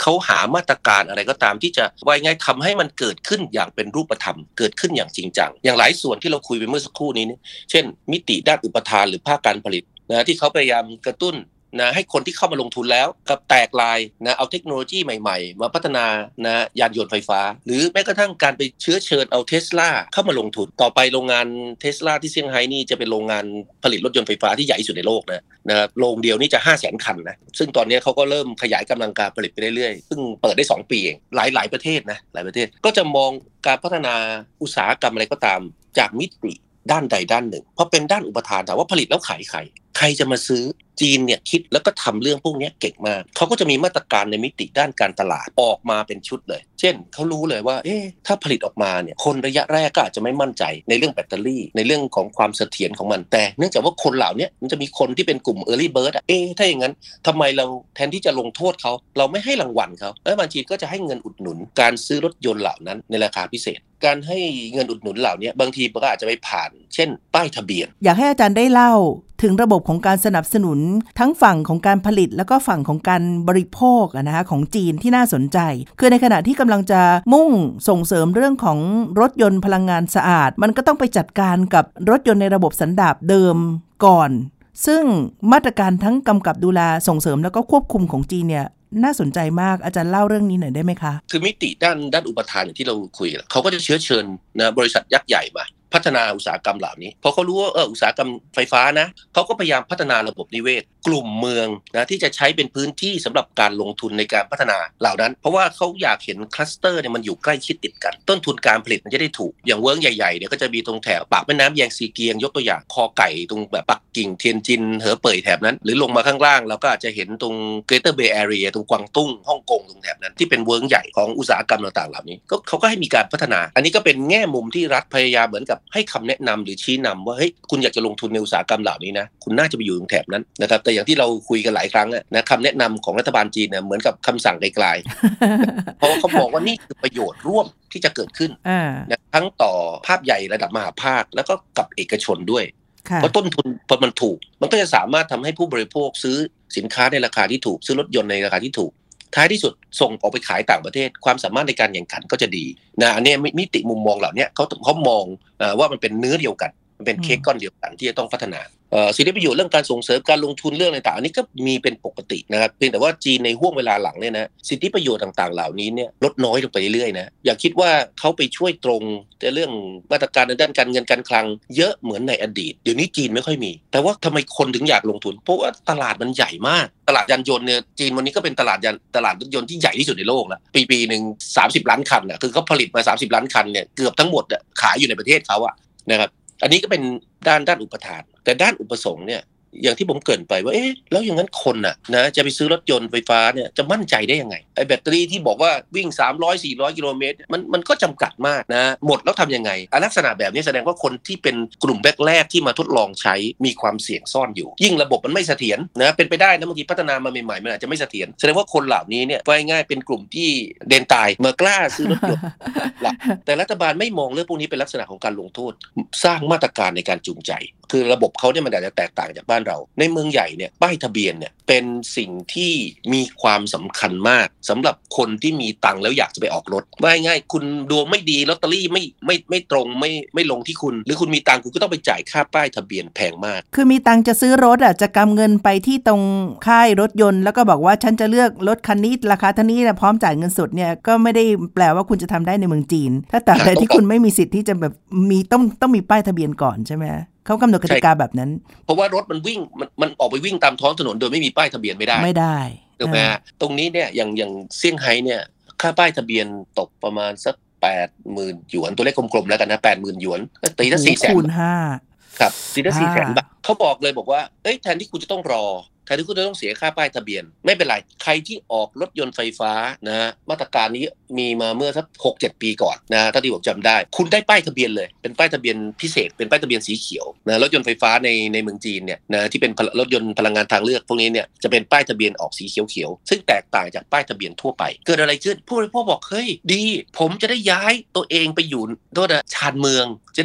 เขาหามาตรการอะไรก็ตามที่จะว่าไงทำให้มันเกิดขึ้นอย่างเป็นรูปธรรมเกิดขึ้นอย่างจริงจังอย่างหลายส่วนที่เราคุยไปเมื่อสักครู่นี้เช่นมิติด้านอุปทานหรือภาคการผลิตนะที่เขาพยายามกระตุ้นนะให้คนที่เข้ามาลงทุนแล้วกับแตกลายนะเอาเทคโนโลยีใหม่ๆมาพัฒนานะยานยนต์ไฟฟ้าหรือแม้กระทั่งการไปเชื้อเชิญเอา Tesla เข้ามาลงทุนต่อไปโรงงาน Tesla ที่เซี่ยงไฮ้นี่จะเป็นโรงงานผลิตรถยนต์ไฟฟ้าที่ใหญ่ที่สุดในโลกนะนะโรงเดียวนี่จะ ห้าแสน คันนะซึ่งตอนนี้เขาก็เริ่มขยายกำลังการผลิตไปเรื่อยๆซึ่งเปิดได้สองปีเองหลายๆประเทศนะหลายประเทศก็จะมองการพัฒนาอุตสาหกรรมอะไรก็ตามจากมิติด้านใดด้านหนึ่งเพราะเป็นด้านอุปทานถามว่าผลิตแล้วขายใครใครจะมาซื้อจีนเนี่ยคิดแล้วก็ทำเรื่องพวกนี้เก่งมากเขาก็จะมีมาตรการในมิติด้านการตลาดออกมาเป็นชุดเลยเช่นเขารู้เลยว่าเอ๊ะถ้าผลิตออกมาเนี่ยคนระยะแรกก็อาจจะไม่มั่นใจในเรื่องแบตเตอรี่ในเรื่องของความเสถียรของมันแต่เนื่องจากว่าคนเหล่านี้มันจะมีคนที่เป็นกลุ่ม early bird อ่ะเอ๊ะถ้าอย่างนั้นทำไมเราแทนที่จะลงโทษเขาเราไม่ให้รางวัลเขาแล้วบางทีก็จะให้เงินอุดหนุนการซื้อรถยนต์เหล่านั้นในราคาพิเศษการให้เงินอุดหนุนเหล่านี้บางทีมันก็อาจจะไปผ่านเช่นป้ายทะเบียนอยากให้อาจารย์ได้เล่าถึงระบบของการสนับสนุนทั้งฝั่งของการผลิตแล้วก็ฝั่งของการบริโภคนะคะของจีนที่น่าสนใจคือในขณะที่กำลังจะมุ่งส่งเสริมเรื่องของรถยนต์พลังงานสะอาดมันก็ต้องไปจัดการกับรถยนต์ในระบบสันดาปเดิมก่อนซึ่งมาตรการทั้งกำกับดูแลส่งเสริมแล้วก็ควบคุมของจีนเนี่ยน่าสนใจมากอาจารย์เล่าเรื่องนี้หน่อยได้ไหมคะคือมิติด้านด้านอุปทานอย่างที่เราคุยเขาก็จะเชื้อเชิญนะบริษัทยักษ์ใหญ่มาพัฒนาอุตสาหกรรมเหล่านี้เพราะเขารู้ว่าเอออุตสาหกรรมไฟฟ้านะเขาก็พยายามพัฒนาระบบนิเวศกลุ่มเมืองนะที่จะใช้เป็นพื้นที่สำหรับการลงทุนในการพัฒนาเหล่านั้นเพราะว่าเขาอยากเห็นคลัสเตอร์เนี่ยมันอยู่ใกล้ชิดติดกันต้นทุนการผลิตมันจะได้ถูกอย่างเวิร์กใหญ่ๆเนี่ยก็จะมีตรงแถบปากแม่น้ำแยงซีเกียงยกตัวอย่างคอไก่ตรงแบบปักกิ่งเทียนจินเหอเป่ยแถบนั้นหรือลงมาข้างล่างเราก็อาจจะเห็นตรง Greater Bay Area ตรงกวางตุ้งฮ่องกงตรงแถบนั้นที่เป็นเวิร์กใหญ่ของอุตสาหกรรมต่างๆเหล่านี้ก็เขาก็ให้มีการพัฒนาอันนี้ก็เป็นแง่มุมที่รัฐพยายามเหมือนกับให้คำแนะนำหรือชี้นำว่าเฮ้ยคุณอยากจะลงทุนในอุตสาหกรรมเหล่านี้นะคุณน่าจะไปอยู่ตรงแถบนั้นนะครับแต่อย่างที่เราคุยกันหลายครั้งนะคำแนะนำของรัฐบาลจีนเนี่ยเหมือนกับคำสั่งไกลๆ เพราะเขาบอกว่านี่คือประโยชน์ร่วมที่จะเกิดขึ้นนะทั้งต่อภาพใหญ่ระดับมหาภาคแล้วก็กับเอกชนด้วยเพราะต้นทุนพอมันถูกมันก็จะสามารถทำให้ผู้บริโภคซื้อสินค้าในราคาที่ถูกซื้อรถยนต์ในราคาที่ถูกท้ายที่สุดส่งออกไปขายต่างประเทศความสามารถในการแข่งขันก็จะดีนะอันนี้มิติมุมมองเหล่านี้เขาเขามองว่ามันเป็นเนื้อเดียวกันเป็นเค้กก้อนเดียวกันที่จะต้องพัฒนาสิทธิประโยชน์เรื่องการส่งเสริมการลงทุนเรื่องต่างๆอันนี้ก็มีเป็นปกตินะครับเพียงแต่ว่าจีนในห่วงเวลาหลังเนี่ยนะสิทธิประโยชน์ต่างๆเหล่านี้เนี่ยลดน้อยลงไปเรื่อยๆนะอย่าคิดว่าเขาไปช่วยตรงในเรื่องมาตรการในด้านการเงินการคลังเยอะเหมือนในอดีตเดี๋ยวนี้จีนไม่ค่อยมีแต่ว่าทำไมคนถึงอยากลงทุนเพราะว่าตลาดมันใหญ่มากตลาดยานยนต์เนี่ยจีนวันนี้ก็เป็นตลาดยานตลาดรถยนต์ที่ใหญ่ที่สุดในโลกแล้วปีปีนึงสามสิบล้านคันน่ะคือเขาผลิตมาสามสิบล้านคันเนี่ยเกือบทั้งหมดอ่ะขายอยู่ในประเทศเขาอ่ะนะครับอันนี้ก็เป็นด้านด้านอุปทานแต่ด้านอุปสงค์เนี่ยอย่างที่ผมเกริ่นไปว่าเอ๊ะแล้วอย่างนั้นคนน่ะนะจะไปซื้อรถยนต์ไฟฟ้าเนี่ยจะมั่นใจได้ยังไงไอ้แบตเตอรี่ที่บอกว่าวิ่งสามร้อย สี่ร้อยกิโลเมตรมันมันก็จำกัดมากนะหมดแล้วทำยังไงลักษณะแบบนี้แสดงว่าคนที่เป็นกลุ่มแรกๆที่มาทดลองใช้มีความเสี่ยงซ่อนอยู่ยิ่งระบบมันไม่เสถียรนะเป็นไปได้นะบางทีพัฒนามาใหม่ๆมันอาจจะไม่เสถียรแสดงว่าคนเหล่านี้เนี่ยง่ายๆเป็นกลุ่มที่เดนตายเมื่อกล้าซื้อรถยนต์แต่รัฐบาลไม่มองเรื่องพวกนี้เป็นลักษณะของการลงโทษสร้างมาตรการในการจูงใจคือระบบเขาเนี่ยมันอาจจะแตกต่างจากบ้านเราในเมืองใหญ่เนี่ยป้ายทะเบียนเนี่ยเป็นสิ่งที่มีความสำคัญมากสำหรับคนที่มีตังค์แล้วอยากจะไปออกรถว่าง่ายๆคุณดวงไม่ดีลอตเตอรี่ไม่ไม่ไม่ตรงไม่ไม่ลงที่คุณหรือคุณมีตังค์คุณก็ต้องไปจ่ายค่าป้ายทะเบียนแพงมากคือมีตังค์จะซื้อรถอ่ะจะกำเงินไปที่ตรงค่ายรถยนต์แล้วก็บอกว่าฉันจะเลือกรถคันนี้ราคาเท่านี้นะพร้อมจ่ายเงินสดเนี่ยก็ไม่ได้แปลว่าคุณจะทำได้ในเมืองจีนถ้าแต่ใดที่คุณไม่มีสิทธิ์ที่จะแบบมีต้องต้องมีป้ายทะเบียนก่อนใช่ไหมเขากำหนดกติกาแบบนั้นเพราะว่ารถมันวิ่งมันมันออกไปวิ่งตามท้องถนนโดยไม่มีป้ายทะเบียนไม่ได้ไม่ได้ถูกไหมตรงนี้เนี่ยอย่างอย่างเซี่ยงไฮ้เนี่ยค่าป้ายทะเบียนตกประมาณสักแปดหมื่นหยวนตัวเลขกลมๆแล้วกันนะแปดหมื่นหยวนก็ตีละสี่แสนคูณห้าครับตีละสี่แสนบาทเขาบอกเลยบอกว่าเอ้ยแทนที่คุณจะต้องรอแทนที่คุณจะต้องเสียค่าป้ายทะเบียนไม่เป็นไรใครที่ออกรถยนต์ไฟฟ้านะมาตรการนี้มีมาเมื่อสัก หกเจ็ด ปีก่อนนะถ้าที่ผมจำได้คุณได้ป้ายทะเบียนเลยเป็นป้ายทะเบียนพิเศษเป็นป้ายทะเบียนสีเขียวนะรถยนต์ไฟฟ้าในในเมืองจีนเนี่ยนะที่เป็นรถยนต์พลังงานทางเลือกพวกนี้เนี่ยจะเป็นป้ายทะเบียนออกสีเขียวๆซึ่งแตกต่างจากป้ายทะเบียนทั่วไปเกิดอะไรขึ้นผู้บริโภคบอกเฮ้ยดีผมจะได้ย้ายตัวเองไปอยู่โทษนะชานเมืองจะได้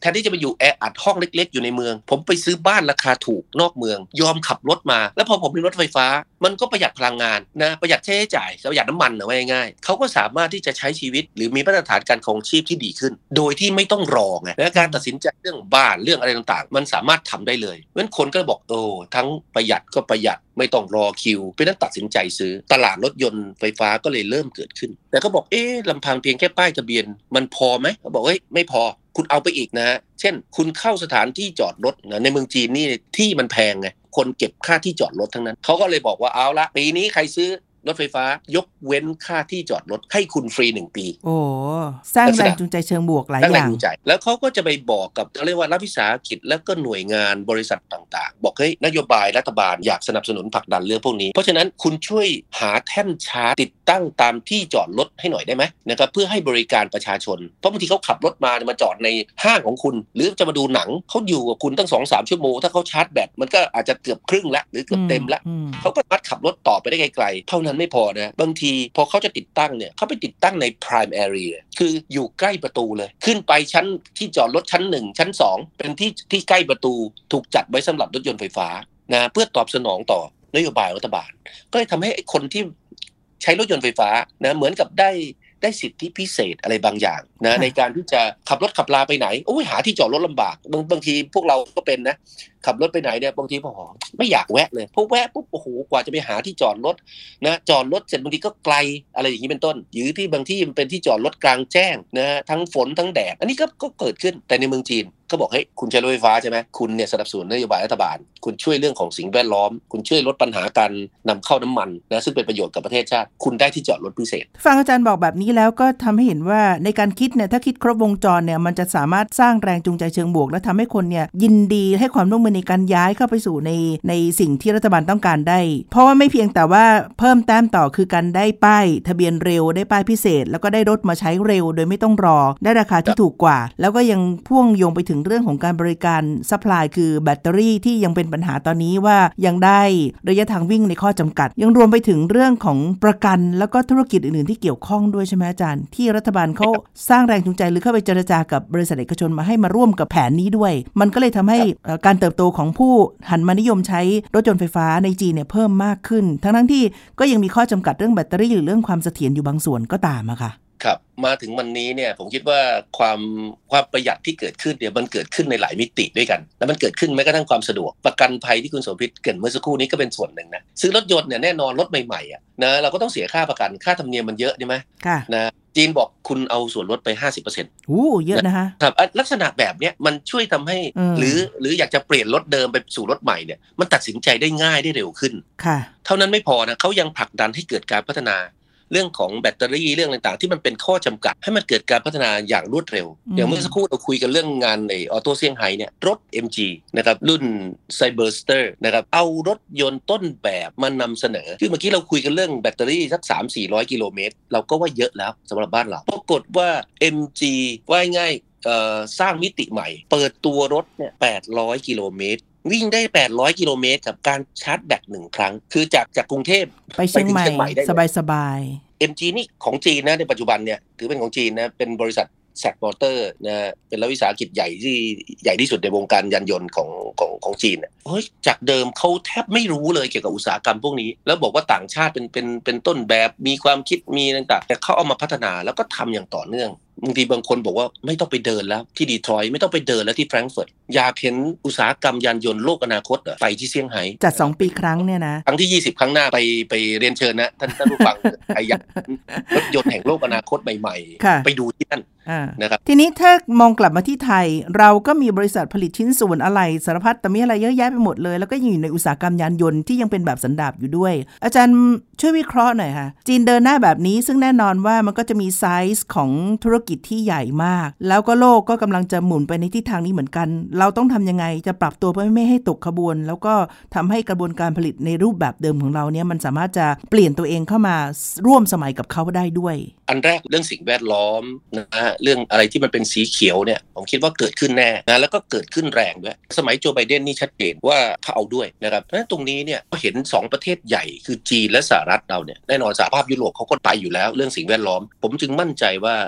ทนที่จะไปอยู่แออัดห้องเล็กๆอยู่ในเมืองผมไปซื้อบ้านราคาถูกนอกเมืองยอมขับรถมาแล้วพอผมมีรถไฟฟ้ามันก็ประหยัดพลังงานนะประหยัดค่าใช้จ่ายประหยัดน้ำมันเอาไว้ง่ายๆเขาก็สามารถที่จะใช้ชีวิตหรือมีมาตรฐานการครองชีพที่ดีขึ้นโดยที่ไม่ต้องรอไงและการตัดสินใจเรื่องบ้านเรื่องอะไรต่างๆมันสามารถทำได้เลยเพราะฉะนั้นคนก็บอกโอ้ทั้งประหยัดก็ประหยัดไม่ต้องรอคิวเป็นนั้นตัดสินใจซื้อตลาดรถยนต์ไฟฟ้าก็เลยเริ่มเกิดขึ้นแต่ก็บอกเอ๊ะลำพังเพียงแค่ป้ายทะเบียนมันพอไหมเขาบอกเฮ้ยไม่พอคุณเอาไปอีกนะเช่นคุณเข้าสถานที่จอดรถนะในเมืองจีนนี่ที่มันแพงไงคนเก็บค่าที่จอดรถทั้งนั้นเขาก็เลยบอกว่าเอาละปีนี้ใครซื้อรถไฟฟ้ายกเว้นค่าที่จอดรถให้คุณฟรีหนึ่งปีโอ้สร้างแรงจูงใจเชิงบวกหลายอย่างแล้วเขาก็จะไปบอกกับเรียกว่ารัฐวิสาหกิจแล้วก็หน่วยงานบริษัทต่างๆบอกเฮ้ยนโยบายรัฐบาลอยากสนับสนุนผลักดันเรื่องพวกนี้เพราะฉะนั้นคุณช่วยหาแท่นชาร์จติดตั้งตามที่จอดรถให้หน่อยได้ไหมนะครับเพื่อให้บริการประชาชนเพราะบางทีเขาขับรถมามาจอดในห้างของคุณหรือจะมาดูหนังเขาอยู่กับคุณตั้ง สองถึงสาม ชั่วโมงถ้าเขาชาร์จแบตมันก็อาจจะเกือบครึ่งแล้วหรือเกือบเต็มแล้วเขาก็สามารถขับรถต่อไปได้ไกลๆเท่านั้นไม่พอนะบางทีพอเขาจะติดตั้งเนี่ยเขาไปติดตั้งใน prime area คืออยู่ใกล้ประตูเลยขึ้นไปชั้นที่จอดรถชั้นหนึ่งชั้นสองเป็นที่ที่ใกล้ประตูถูกจัดไว้สำหรับรถยนต์ไฟฟ้านะเพื่อตอบสนองต่อนโยบายรัฐบาลก็เลยทำให้คนที่ใช้รถยนต์ไฟฟ้านะเหมือนกับได้ได้สิทธิพิเศษอะไรบางอย่างนะในการที่จะขับรถขับลาไปไหนโอ้ยหาที่จอดรถลำบากบางบางทีพวกเราก็เป็นนะขับรถไปไหนเนี่ยบางทีบอกไม่อยากแวะเลยพอแวะปุ๊บโอ้โหกว่าจะไปหาที่จอดรถนะจอดรถเสร็จบางทีก็ไกลอะไรอย่างนี้เป็นต้นหรือที่บางที่มันเป็นที่จอดรถกลางแจ้งนะทั้งฝนทั้งแดดอันนี้ก็ก็เกิดขึ้นแต่ในเมืองจีนก็บอกเฮ้ยคุณใช้รถไฟฟ้าใช่ไหมคุณเนี่ยสนับสนุนนโยบายรัฐบาลคุณช่วยเรื่องของสิ่งแวดล้อมคุณช่วยลดปัญหาการนำเข้าน้ำมันนะซึ่งเป็นประโยชน์กับประเทศชาติคุณได้ที่จอดรถพิเศษฟังอาจารย์บอกแบบนี้แล้วก็ทำให้เห็นว่าในการคิดเนี่ยถ้าคิดครบวงจรเนี่ยมันจะสามารถสร้างแรงจูงใจเชิงบวกและทำให้คนเนี่ยยินดีให้ความร่วมมือในการย้ายเข้าไปสู่ในในสิ่งที่รัฐบาลต้องการได้เพราะว่าไม่เพียงแต่ว่าเพิ่มแต้มต่อคือการได้ป้ายทะเบียนเร็วได้ป้ายพิเศษแล้วก็ได้รถมาใช้เร็วโดยไม่ต้องรอได้ราคาที่ถูกกว่าแล้วก็ยังพ่วงโยงไปถึงเรื่องของการบริการซัพพลายคือแบตเตอรี่ที่ยังเป็นปัญหาตอนนี้ว่ายังได้ระยะทางวิ่งในข้อจำกัดยังรวมไปถึงเรื่องของประกันแล้วก็ธุรกิจอื่นๆที่เกี่ยวข้องด้วยใช่ไหมอาจารย์ที่รัฐบาลเขาสร้างแรงจูงใจหรือเข้าไปเจรจากับบริษัทเอกชนมาให้มาร่วมกับแผนนี้ด้วยมันก็เลยทำให้การเติบโตของผู้หันมานิยมใช้รถยนต์ไฟฟ้าในจีนเนี่ยเพิ่มมากขึ้นทั้งๆที่ก็ยังมีข้อจำกัดเรื่องแบตเตอรี่หรือเรื่องความเสถียรอยู่บางส่วนก็ตามอะค่ะครับมาถึงวันนี้เนี่ยผมคิดว่าความความประหยัดที่เกิดขึ้นเนี่ยมันเกิดขึ้นในหลายมิติด้วยกันแล้วมันเกิดขึ้นแม้กระทั่งความสะดวกประกันภัยที่คุณโสภิตเกริ่นเมื่อสักครู่นี้ก็เป็นส่วนหนึ่งนะซื้อรถยนต์เนี่ยแน่นอนรถใหม่ๆอ่ะนะเราก็ต้องเสียค่าประกันค่าธรรมเนียมมันเยอะใช่ไหมค่ะนะจีนบอกคุณเอาส่วนลดไป ห้าสิบเปอร์เซ็นต์โอ้เยอะนะคะครับลักษณะแบบเนี้ยมันช่วยทำให้หรือหรืออยากจะเปลี่ยนรถเดิมไปสู่รถใหม่เนี่ยมันตัดสินใจได้ง่ายได้เร็วขึ้นค่ะเท่านั้นไม่พอนะเขายังผลักดันให้เกิดการพัฒนาเรื่องของแบตเตอรี่เรื่องต่างๆที่มันเป็นข้อจำกัดให้มันเกิดการพัฒนาอย่างรวดเร็วอย่างเมื่อสักครู่เราคุยกันเรื่องงานในออโต้เซี่ยงไฮ้เนี่ยรถ เอ็ม จี นะครับรุ่น Cyberster นะครับเอารถยนต์ต้นแบบมานำเสนอคือเมื่อกี้เราคุยกันเรื่องแบตเตอรี่สัก สามถึงสี่ร้อย กิโลเมตรเราก็ว่าเยอะแล้วสำหรับบ้านเราปรากฏว่า เอ็ม จี ว่าง่ายๆสร้างมิติใหม่เปิดตัวรถเนี่ยแปดร้อยกิโลเมตรวิ่งได้แปดร้อยกิโลเมตรกับการชาร์จแบตหนึ่งครั้งคือจากจากกรุงเทพไปเชียงใหม่สบายๆ เอ็ม จี นี่ของจีนนะในปัจจุบันเนี่ยถือเป็นของจีนนะเป็นบริษัทแซดมอเตอร์นะเป็นรัฐวิสาหกิจใหญ่ที่ใหญ่ที่สุดในวงการยานยนต์ของของของจีนเนี่ยเฮ้ยจากเดิมเขาแทบไม่รู้เลยเกี่ยวกับอุตสาหกรรมพวกนี้แล้วบอกว่าต่างชาติเป็นเป็นเป็นต้นแบบมีความคิดมีต่างๆแต่เขาเอามาพัฒนาแล้วก็ทำอย่างต่อเนื่องบางทีบางคนบอกว่าไม่ต้องไปเดินแล้วที่ดีทรอยต์ไม่ต้องไปเดินแล้วที่แฟรงก์เฟิร์ตอยากเห็นอุตสาหกรรมยานยนต์โลกอนาคตไปที่เซี่ยงไฮ้จัดสองปีครั้งเนี่ยนะครั้งที่ยี่สิบครั้งหน้าไปไปเรียนเชิญนะท่านท่านผู้ฟังใครอยากรถยนต์แห่งโลกอนาคตใหม่ๆไปดูที่นั่นนะครับทีนี้ถ้ามองกลับมาที่ไทยเราก็มีบริษัทผลิตชิ้นส่วนอะไหล่สารพัดแต่มีอะไรเยอะแยะไปหมดเลยแล้วก็อยู่ในอุตสาหกรรมยานยนต์ที่ยังเป็นแบบสันดาปอยู่ด้วยอาจารย์ช่วยวิเคราะห์หน่อยค่ะจีนเดินหน้าแบบนี้ซึ่งแน่นอนว่ามันก็จะมีไซส์ของธุรกิจที่ใหญ่มากแล้วก็โลกก็กำลังจะหมุนไปในทิศทางนี้เหมือนกันเราต้องทำยังไงจะปรับตัวเพื่อไม่ให้ตกขบวนแล้วก็ทำให้กระบวนการผลิตในรูปแบบเดิมของเราเนี่ยมันสามารถจะเปลี่ยนตัวเองเข้ามาร่วมสมัยกับเขาได้ด้วยอันแรกเรื่องสิ่งแวดล้อมนะเรื่องอะไรที่มันเป็นสีเขียวเนี่ยผมคิดว่าเกิดขึ้นแน่นะแล้วก็เกิดขึ้นแรงด้วยสมัยโจไบเดนนี่ชัดเจนว่าเขาเอาด้วยนะครับเพราะฉะนั้นตรงนี้เนี่ยเห็นสองประเทศใหญ่คือจีนและสหรัฐเราเนี่ยแน่นอนสหภาพยุโรปเขาก็ไปอยู่แล้วเรื่องสิ่งแวดล้อมผมจึงมั่นใจว่ามิติ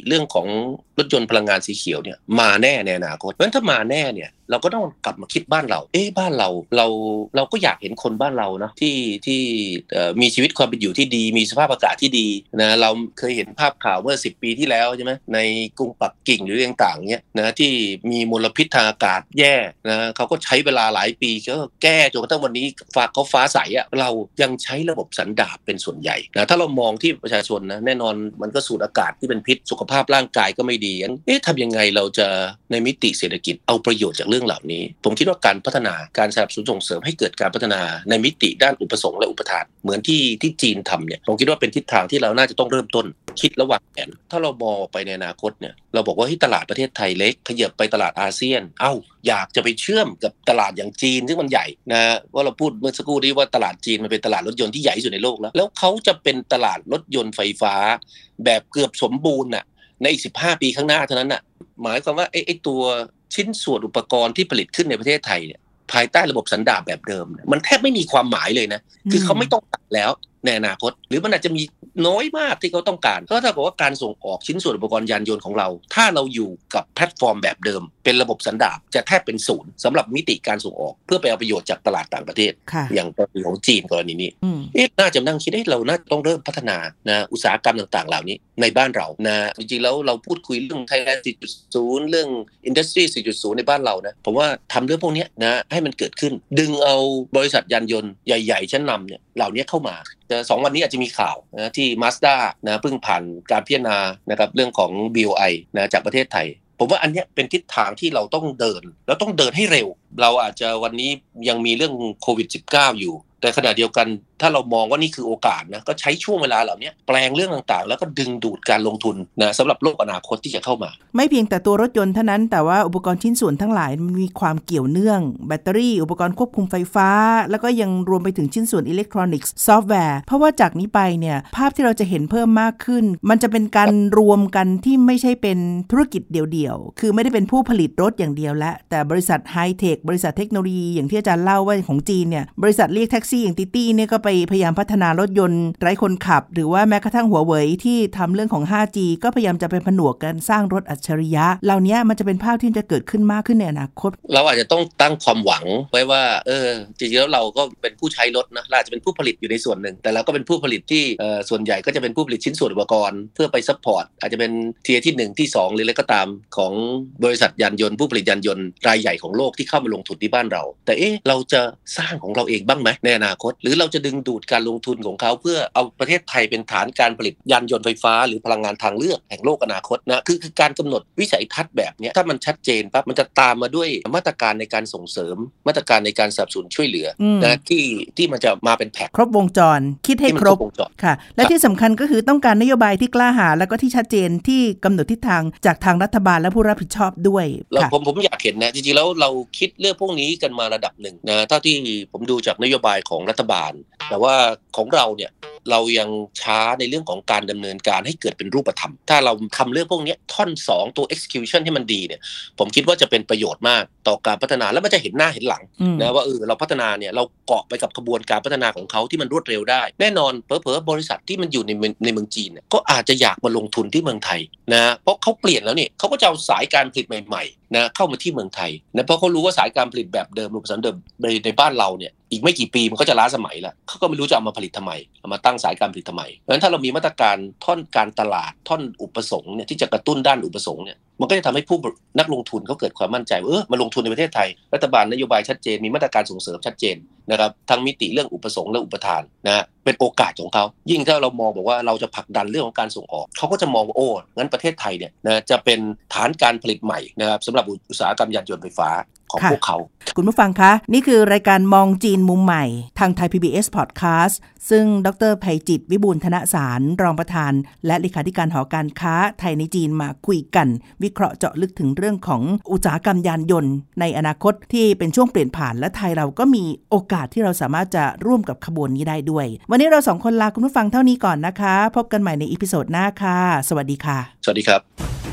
เรื่องของรถยนต์พลังงานสีเขียวเนี่ยมาแน่ในอนาคตเพราะฉะนั้นถ้ามาแน่เนี่ยเราก็ต้องกลับมาคิดบ้านเราเอ๊ะบ้านเราเราเราก็อยากเห็นคนบ้านเราเนาะที่ที่มีชีวิตความเป็นอยู่ที่ดีมีสภาพอากาศที่ดีนะเราเคยเห็นภาพข่าวเมื่อสิบปีที่แล้วใช่ไหมในกรุงปักกิ่งหรือต่างๆเนี้ยนะที่มีมลพิษทางอากาศแย่นะเขาก็ใช้เวลาหลายปีก็แก้จนกระทั่งวันนี้ฟ้าเขาฟ้าใสอ่ะเรายังใช้ระบบสันดาปเป็นส่วนใหญ่นะถ้าเรามองที่ประชาชนนะแน่นอนมันก็สูดอากาศที่เป็นพิษสุขภาพร่างกายก็ไม่ดีเอ๊ะทำยังไงเราจะในมิติเศรษฐกิจเอาประโยชน์จากเรื่องเหล่านี้ผมคิดว่าการพัฒนาการสนับสนุนส่งเสริมให้เกิดการพัฒนาในมิติด้านอุปสงค์และอุปทานเหมือนที่ที่จีนทำเนี่ยผมคิดว่าเป็นทิศทางที่เราน่าจะต้องเริ่มต้นคิดระหว่างแผนถ้าเรามองไปในอนาคตเนี่ยเราบอกว่าที่ตลาดประเทศไทยเล็กขยับไปตลาดอาเซียนเอ้าอยากจะไปเชื่อมกับตลาดอย่างจีนซึ่งมันใหญ่นะว่าเราพูดเมื่อสักครู่นี้ว่าตลาดจีนมันเป็นตลาดรถยนต์ที่ใหญ่ที่สุดในโลกแล้วแล้วเขาจะเป็นตลาดรถยนต์ไฟฟ้าแบบเกือบสมบูรณ์น่ะในอีกสิบห้าปีข้างหน้าเท่านั้นน่ะหมายความว่าไอ้ไอ้ตัวชิ้นส่วนอุปกรณ์ที่ผลิตขึ้นในประเทศไทยเนี่ยภายใต้ระบบสันดาปแบบเดิมมันแทบไม่มีความหมายเลยนะคือเขาไม่ต้องตัดแล้วในอนาคตหรือมันอาจจะมีน้อยมากที่เขาต้องการเพราะถ้าบอกว่าการส่งออกชิ้นส่วนอุปกรณ์ยานยนต์ของเราถ้าเราอยู่กับแพลตฟอร์มแบบเดิมเป็นระบบสันดาปจะแทบเป็นศูนย์สำหรับมิติการส่งออกเพื่อไปเอาประโยชน์จากตลาดต่างประเทศอย่างกรณีของจีนกรณีนี้น่าจะนั่งคิดให้เราน่าต้องเริ่มพัฒนานะอุตสาหกรรมต่างๆเหล่านี้ในบ้านเรานะจริงๆแล้วเราพูดคุยเรื่อง Thailand สี่จุดศูนย์ เรื่อง Industry สี่จุดศูนย์ ในบ้านเรานะผมว่าทำเรื่องพวกนี้นะให้มันเกิดขึ้นดึงเอาบริษัทยานยนต์ใหญ่ๆชั้นนำเนี่ยเหล่านี้เข้ามาแต่สองวันนี้อาจจะมีข่าวนะที่ Mazda นะเพิ่งผ่านการพิจารณานะครับเรื่องของ บี โอ ไอ นะจากประเทศไทยผมว่าอันนี้เป็นทิศทางที่เราต้องเดินแล้วต้องเดินให้เร็วเราอาจจะวันนี้ยังมีเรื่องโควิด สิบเก้า อยู่แต่ขณะเดียวกันถ้าเรามองว่านี่คือโอกาสนะก็ใช้ช่วงเวลาเหล่านี้แปลงเรื่องต่างๆแล้วก็ดึงดูดการลงทุนนะสำหรับโลกอนาคตที่จะเข้ามาไม่เพียงแต่ตัวรถยนต์เท่านั้นแต่ว่าอุปกรณ์ชิ้นส่วนทั้งหลายมันมีความเกี่ยวเนื่องแบตเตอรี่อุปกรณ์ควบคุมไฟฟ้าแล้วก็ยังรวมไปถึงชิ้นส่วนอิเล็กทรอนิกส์ซอฟต์แวร์เพราะว่าจากนี้ไปเนี่ยภาพที่เราจะเห็นเพิ่มมากขึ้นมันจะเป็นการรวมกันที่ไม่ใช่เป็นธุรกิจเดี่ยวๆคือไม่ได้เป็นผู้ผลิตรถอย่างเดียวและแต่บริษัทไฮเทคบริษัทเทคโนโลยีอย่างที่อาจารย์เล่าว่าของจีนเนี่ยบริษัทเรียกแท็กซี่อย่างติตี้เนี่ยก็ไปพยายามพัฒนารถยนต์ไร้คนขับหรือว่าแม้กระทั่งหัวเว่ยที่ทำเรื่องของ ไฟว์จี ก็พยายามจะไปผนวกกันสร้างรถอัจฉริยะเหล่านี้มันจะเป็นภาพที่จะเกิดขึ้นมากขึ้นในอนาคตเราอาจจะต้องตั้งความหวังไว้ว่าเออจริงๆแล้วเราก็เป็นผู้ใช้รถนะเราอาจจะเป็นผู้ผลิตอยู่ในส่วนหนึ่งแต่เราก็เป็นผู้ผลิตที่เอ่อส่วนใหญ่ก็จะเป็นผู้ผลิตชิ้นส่วนอุปกรณ์เพื่อไปซัพพอร์ตอาจจะเป็นเทียร์ที่หนึ่งที่สองหรืออะไรก็ตามของบริษัทยานยนต์ผู้ผลิตยานยนต์รายใหญ่ของโลกที่เข้ามาลงทุนที่บ้านเราแต่เอ๊ะเราจะสร้างของเราเองบ้างไหมในอนาคตหรือเราจะดึงดูดการลงทุนของเขาเพื่อเอาประเทศไทยเป็นฐานการผลิตยานยนต์ไฟฟ้าหรือพลังงานทางเลือกแห่งโลกอนาคตนะคือคือการกำหนดวิสัยทัศน์แบบนี้ถ้ามันชัดเจนปั๊บมันจะตามมาด้วยมาตรการในการส่งเสริมมาตรการในการสนับสนุนช่วยเหลือนะที่ที่มันจะมาเป็นแพ็คครบวงจรคิดให้ครบค่ะและที่สำคัญก็คือต้องการนโยบายที่กล้าหาญแล้วก็ที่ชัดเจนที่กำหนดทิศทางจากทางรัฐบาลและผู้รับผิดชอบด้วยเราผมผมอยากเห็นนะจริงๆแล้วเราคิดเรื่องพวกนี้กันมาระดับหนึ่งนะเท่าที่ผมดูจากนโยบายของรัฐบาลแต่ว่าของเราเนี่ยเรายังช้าในเรื่องของการดำเนินการให้เกิดเป็นรูปธรรมถ้าเราทำเรื่องพวกนี้ท่อนสองตัว execution ให้มันดีเนี่ยผมคิดว่าจะเป็นประโยชน์มากต่อการพัฒนาแล้วมันจะเห็นหน้าเห็นหลังนะว่าเออเราพัฒนาเนี่ยเราเกาะไปกับกระบวนการพัฒนาของเขาที่มันรวดเร็วได้แน่นอนเผลอๆบริษัทที่มันอยู่ในในเมืองจีนเนี่ยก็อาจจะอยากมาลงทุนที่เมืองไทยนะเพราะเขาเปลี่ยนแล้วนี่เขาก็จะเอาสายการผลิตใหม่ๆนะเข้ามาที่เมืองไทยนะเพราะเขารู้ว่าสายการผลิตแบบเดิมรูปแบบเดิมในในบ้านเราเนี่ยอีกไม่กี่ปีมันก็จะล้าสมัยแล้วเขาก็ไม่รู้จะเอามาผลิตทำไมเอามาตั้งสายการผลิตทำไมเพราะฉะนั้นถ้าเรามีมาตรการท่อนการตลาดท่อนอุปสงค์เนี่ยที่จะกระตุ้นด้านอุปสงค์เนี่ยมันก็จะทำให้ผู้นักลงทุนเขาเกิดความมั่นใจว่าเออมาลงทุนในประเทศไทยรัฐบาลนโยบายชัดเจนมีมาตรการส่งเสริมชัดเจนนะครับทั้งมิติเรื่องอุปสงค์และอุปทานนะเป็นโอกาสของเขายิ่งถ้าเรามองบอกว่าเราจะผลักดันเรื่องของการส่งออกเขาก็จะมองว่าโอ้งั้นประเทศไทยเนี่ยนะจะเป็นฐานการผลิตใหม่นะครับสำหรับอุตสาหกรรมยานยนต์ไฟฟ้าของพวกเขาคุณผู้ฟังคะนี่คือรายการมองจีนมุมใหม่ทางไทย พี บี เอส Podcast ซึ่งดร.ไพจิตรวิบูลย์ธนสารรองประธานและเลขาธิการหอการค้าไทยในจีนมาคุยกันวิเคราะห์เจาะลึกถึงเรื่องของอุตสาหกรรมยานยนต์ในอนาคตที่เป็นช่วงเปลี่ยนผ่านและไทยเราก็มีโอกาสที่เราสามารถจะร่วมกับขบวนนี้ได้ด้วยวันนี้เราสองคนลาคุณผู้ฟังเท่านี้ก่อนนะคะพบกันใหม่ในอีพิโซดหน้าค่ะสวัสดีค่ะสวัสดีครับ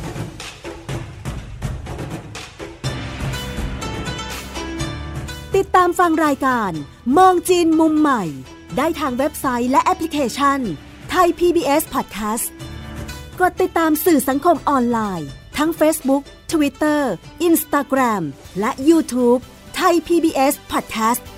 ติดตามฟังรายการมองจีนมุมใหม่ได้ทางเว็บไซต์และแอปพลิเคชัน Thai พี บี เอส Podcast กดติดตามสื่อสังคมออนไลน์ทั้ง Facebook Twitter Instagram และ YouTube ไทย พี บี เอส Podcast